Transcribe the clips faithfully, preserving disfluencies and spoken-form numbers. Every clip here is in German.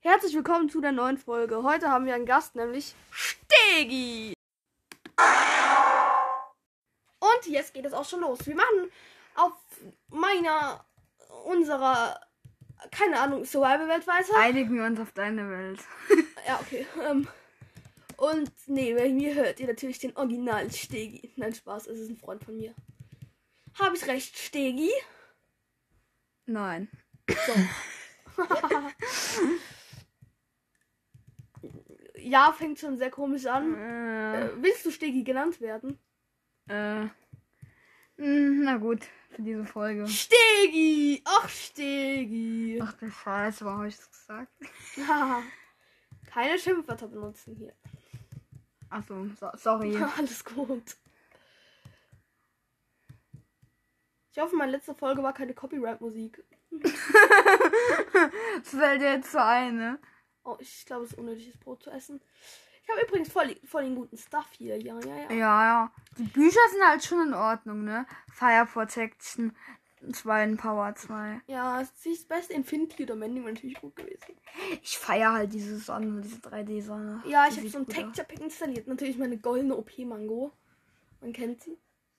Herzlich willkommen zu der neuen Folge. Heute haben wir einen Gast, nämlich Stegi. Und jetzt geht es auch schon los. Wir machen auf meiner, unserer, keine Ahnung, Survival-Welt weiter. Einigen wir uns auf deine Welt. Ja, okay. Ähm, und nee, bei mir hört ihr natürlich den Original Stegi. Nein, Spaß, es ist ein Freund von mir. Habe ich recht, Stegi? Nein. So. Ja, fängt schon sehr komisch an. Äh, Äh, willst du Stegi genannt werden? äh, mh, na gut, für diese Folge. Stegi! Ach, Stegi! Ach du Scheiße, warum habe ich das gesagt? Haha. Keine Schimpfwörter benutzen hier. Achso, so, sorry. Alles gut. Ich hoffe, meine letzte Folge war keine Copyright-Musik. Das fällt dir jetzt so ein, ne? Oh, ich glaube, es ist unnötig, das Brot zu essen. Ich habe übrigens voll, voll den guten Stuff hier. Ja, ja, ja. Ja, ja. Die Bücher sind halt schon in Ordnung, ne? Fire Protection zwei in Power zwei. Ja, es ist das beste Infinity oder Mending wäre natürlich gut gewesen. Ich feiere halt diese Sonne, diese drei D-Sonne. Ja, Die ich habe sieht so ein gut aus. Texture Pack installiert. Natürlich meine goldene O P-Mango. Man kennt sie.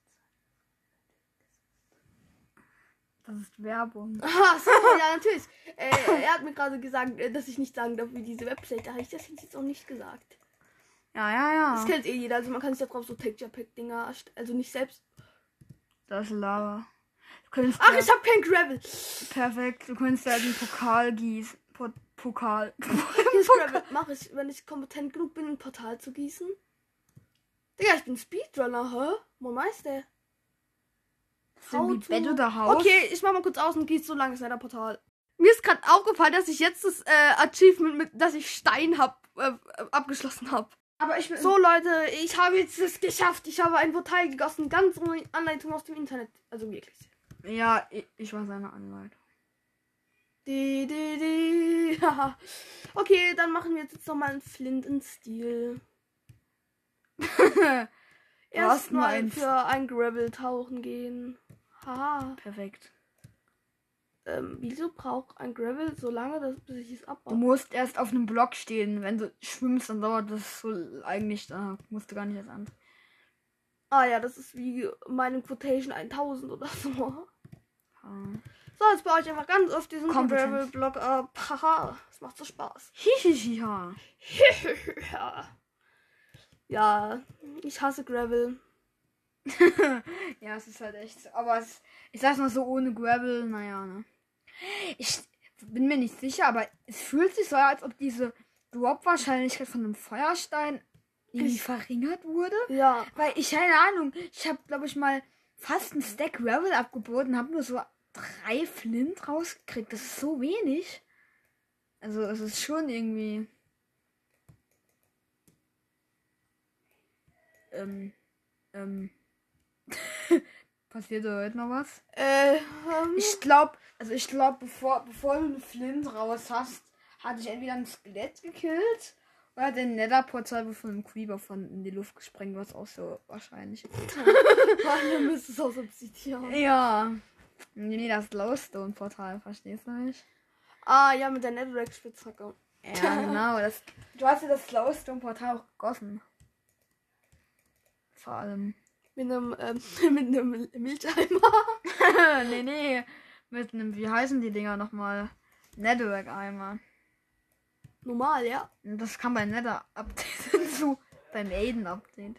Das ist Werbung. Ah, so, ja, natürlich. Äh, er hat mir gerade gesagt, äh, dass ich nicht sagen darf, wie diese Webseite heißt. Das hätte ich jetzt auch nicht gesagt. Ja, ja, ja. Das kennt eh jeder. Also man kann sich da drauf so Texture Pack Dinger, erst- also nicht selbst. Das ist Lava. Du könntest Ach, ja- ich habe kein Gravel. Perfekt. Du könntest ja den Pokal gießen. Po Pokal. Hier ist Gravel. Mach ich, wenn ich kompetent genug bin, ein Portal zu gießen. Digga, ich bin Speedrunner, hä? Wo Meister? Irgendwie to- Bett oder Haus? Okay, ich mach mal kurz aus und gieße so lange das Portal. Mir ist gerade aufgefallen, dass ich jetzt das äh, Achievement mit, dass ich Stein hab, äh, abgeschlossen habe. Aber ich bin So Leute, ich habe jetzt es geschafft. Ich habe ein Portal gegossen, ganz ohne Anleitung aus dem Internet. Also wirklich. Ja, ich, ich war seine Anleitung. Die, die, die. Haha. Okay, dann machen wir jetzt nochmal einen Flint in Stil. Du hast nur Erstmal eins. für ein Gravel tauchen gehen. Haha. Perfekt. Ähm, wieso braucht ein Gravel so lange, dass, bis ich es Du abbaue? musst erst auf einem Block stehen. Wenn du schwimmst, dann dauert das so eigentlich. Da musst du gar nicht erst an. Ah ja, das ist wie meine Quotation tausend oder so. Ah. So, jetzt baue ich einfach ganz oft diesen Kompetenz. Gravel-Block ab. Haha, das macht so Spaß. Hihihiha. Ja, ich hasse Gravel. Ja, es ist halt echt so. Aber es, ich sag's mal so, ohne Gravel, naja, ne. Ich bin mir nicht sicher, aber es fühlt sich so an, als ob diese Drop-Wahrscheinlichkeit von einem Feuerstein irgendwie Ich- verringert wurde. Ja, Weil ich, keine Ahnung, ich habe, glaube ich, mal fast einen Stack Gravel abgeboten, habe nur so drei Flint rausgekriegt. Das ist so wenig. Also, es ist schon irgendwie. Ähm. Ähm. Passiert da heute noch was? äh, ähm, Ich glaube, also ich glaube, bevor, bevor du einen Flint raus hast, hatte ich entweder ein Skelett gekillt oder den Nether-Portal von einem Creeper von in die Luft gesprengt, was auch so wahrscheinlich ist. dann müsste es aus Obsidian. Ja. Nee, nee, das Glowstone-Portal, verstehst du nicht? Ah, ja, mit der Netherrack-Spitzhacke. Ja, genau. Das, du hast ja das Glowstone-Portal auch gegossen. Vor allem. Mit einem, ähm, mit einem Milcheimer. nee, nee. Mit einem, wie heißen die Dinger nochmal? Netherrack-Eimer. Normal, ja. Und das kam bei Nether-Update hinzu. Beim Aiden-Update.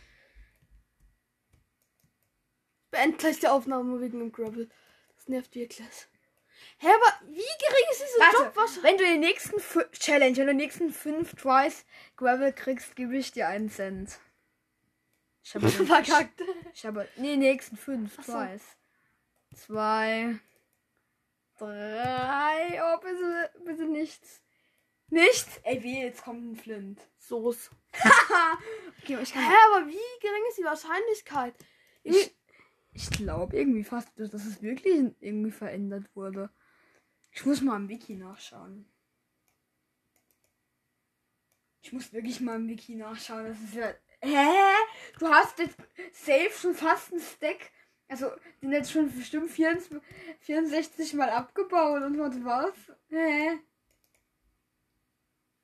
Beend gleich die Aufnahme wegen dem Gravel. Das nervt wirklich. Hä, aber wie gering ist diese Warte, Jobwahrscheinlichkeit? wenn du die nächsten fü- Challenge, wenn du die nächsten fünf Tries Gravel kriegst, gebe ich dir einen Cent. Ich habe Verkackt. Ich habe. Nee, nächsten fünf Ach so. Tries. Zwei. Drei. Oh, bitte, bitte nichts. Nichts? Ey, wie, jetzt kommt ein Flint. Soße. Okay, ich Hä, kann. aber wie gering ist die Wahrscheinlichkeit? Ich, ich glaube irgendwie fast, dass es wirklich irgendwie verändert wurde. Ich muss mal im Wiki nachschauen. Ich muss wirklich mal im Wiki nachschauen. Das ist ja. Hä? Du hast jetzt safe schon fast einen Stack. Also, den jetzt schon bestimmt vierundsechzig Mal abgebaut und was was? Hä?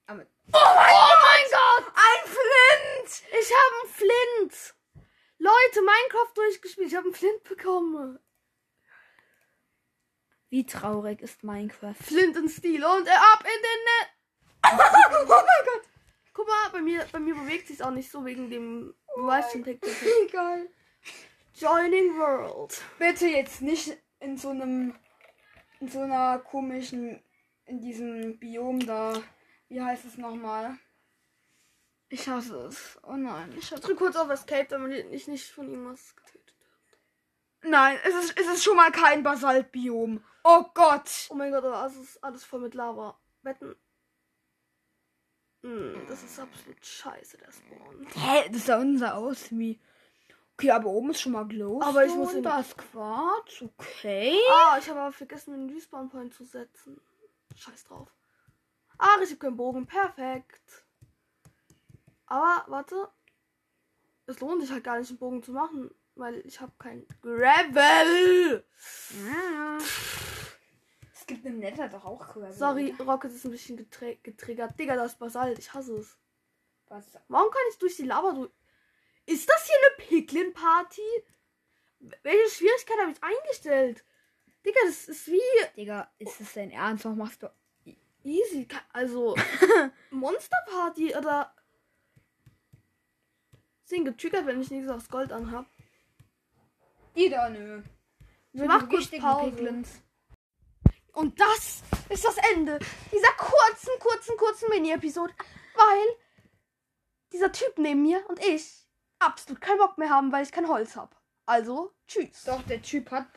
Aber Oh mein Gott! ein Flint! Ich habe einen Flint! Leute, Minecraft durchgespielt. Ich habe einen Flint bekommen. Wie traurig ist Minecraft? Flint und Steel und er ab in den Net. Oh mein Gott! Guck mal, bei mir, bei mir bewegt sich auch nicht so wegen dem. Du weißt schon, TikTok. Egal. Joining World. Bitte jetzt nicht in so einem, in so einer komischen, in diesem Biom da. Wie heißt es nochmal? Ich hasse es. Oh nein, ich hasse Drück kurz auf Escape, damit ich nicht von ihm was getötet habe. Nein, es ist, es ist schon mal kein Basaltbiom. Oh Gott. Oh mein Gott, aber es ist alles voll mit Lava. Wetten. Hm, das ist absolut scheiße, der Spawn. Hä, das sah unser aus wie. Okay, aber oben ist schon mal Glowstone. Aber ich muss und in- da ist Quarz. Okay. Ah, ich habe aber vergessen, den Respawn Point zu setzen. Scheiß drauf. Ach, ich habe keinen Bogen. Perfekt. Aber, warte. Es lohnt sich halt gar nicht, einen Bogen zu machen, weil ich habe kein Gravel. Ja. Es gibt im Nether doch auch Gravel. Sorry, Rocket ist ein bisschen getri- getriggert. Digga, das ist Basalt. Ich hasse es. Was? Warum kann ich durch die Lava durch... Ist das hier eine Piglin-Party? Welche Schwierigkeit habe ich eingestellt? Digga, das ist wie Digga, ist das dein Ernst? Was machst du? easy. Ka- Also, Monster-Party oder... Sind getriggert, wenn ich nichts aufs Gold anhab. Die da, nö. Ich mach kurz richtigen Pause. Piglins. Und das ist das Ende dieser kurzen, kurzen, kurzen Mini-Episode, weil dieser Typ neben mir und ich absolut keinen Bock mehr haben, weil ich kein Holz habe. Also, tschüss. Doch, der Typ hat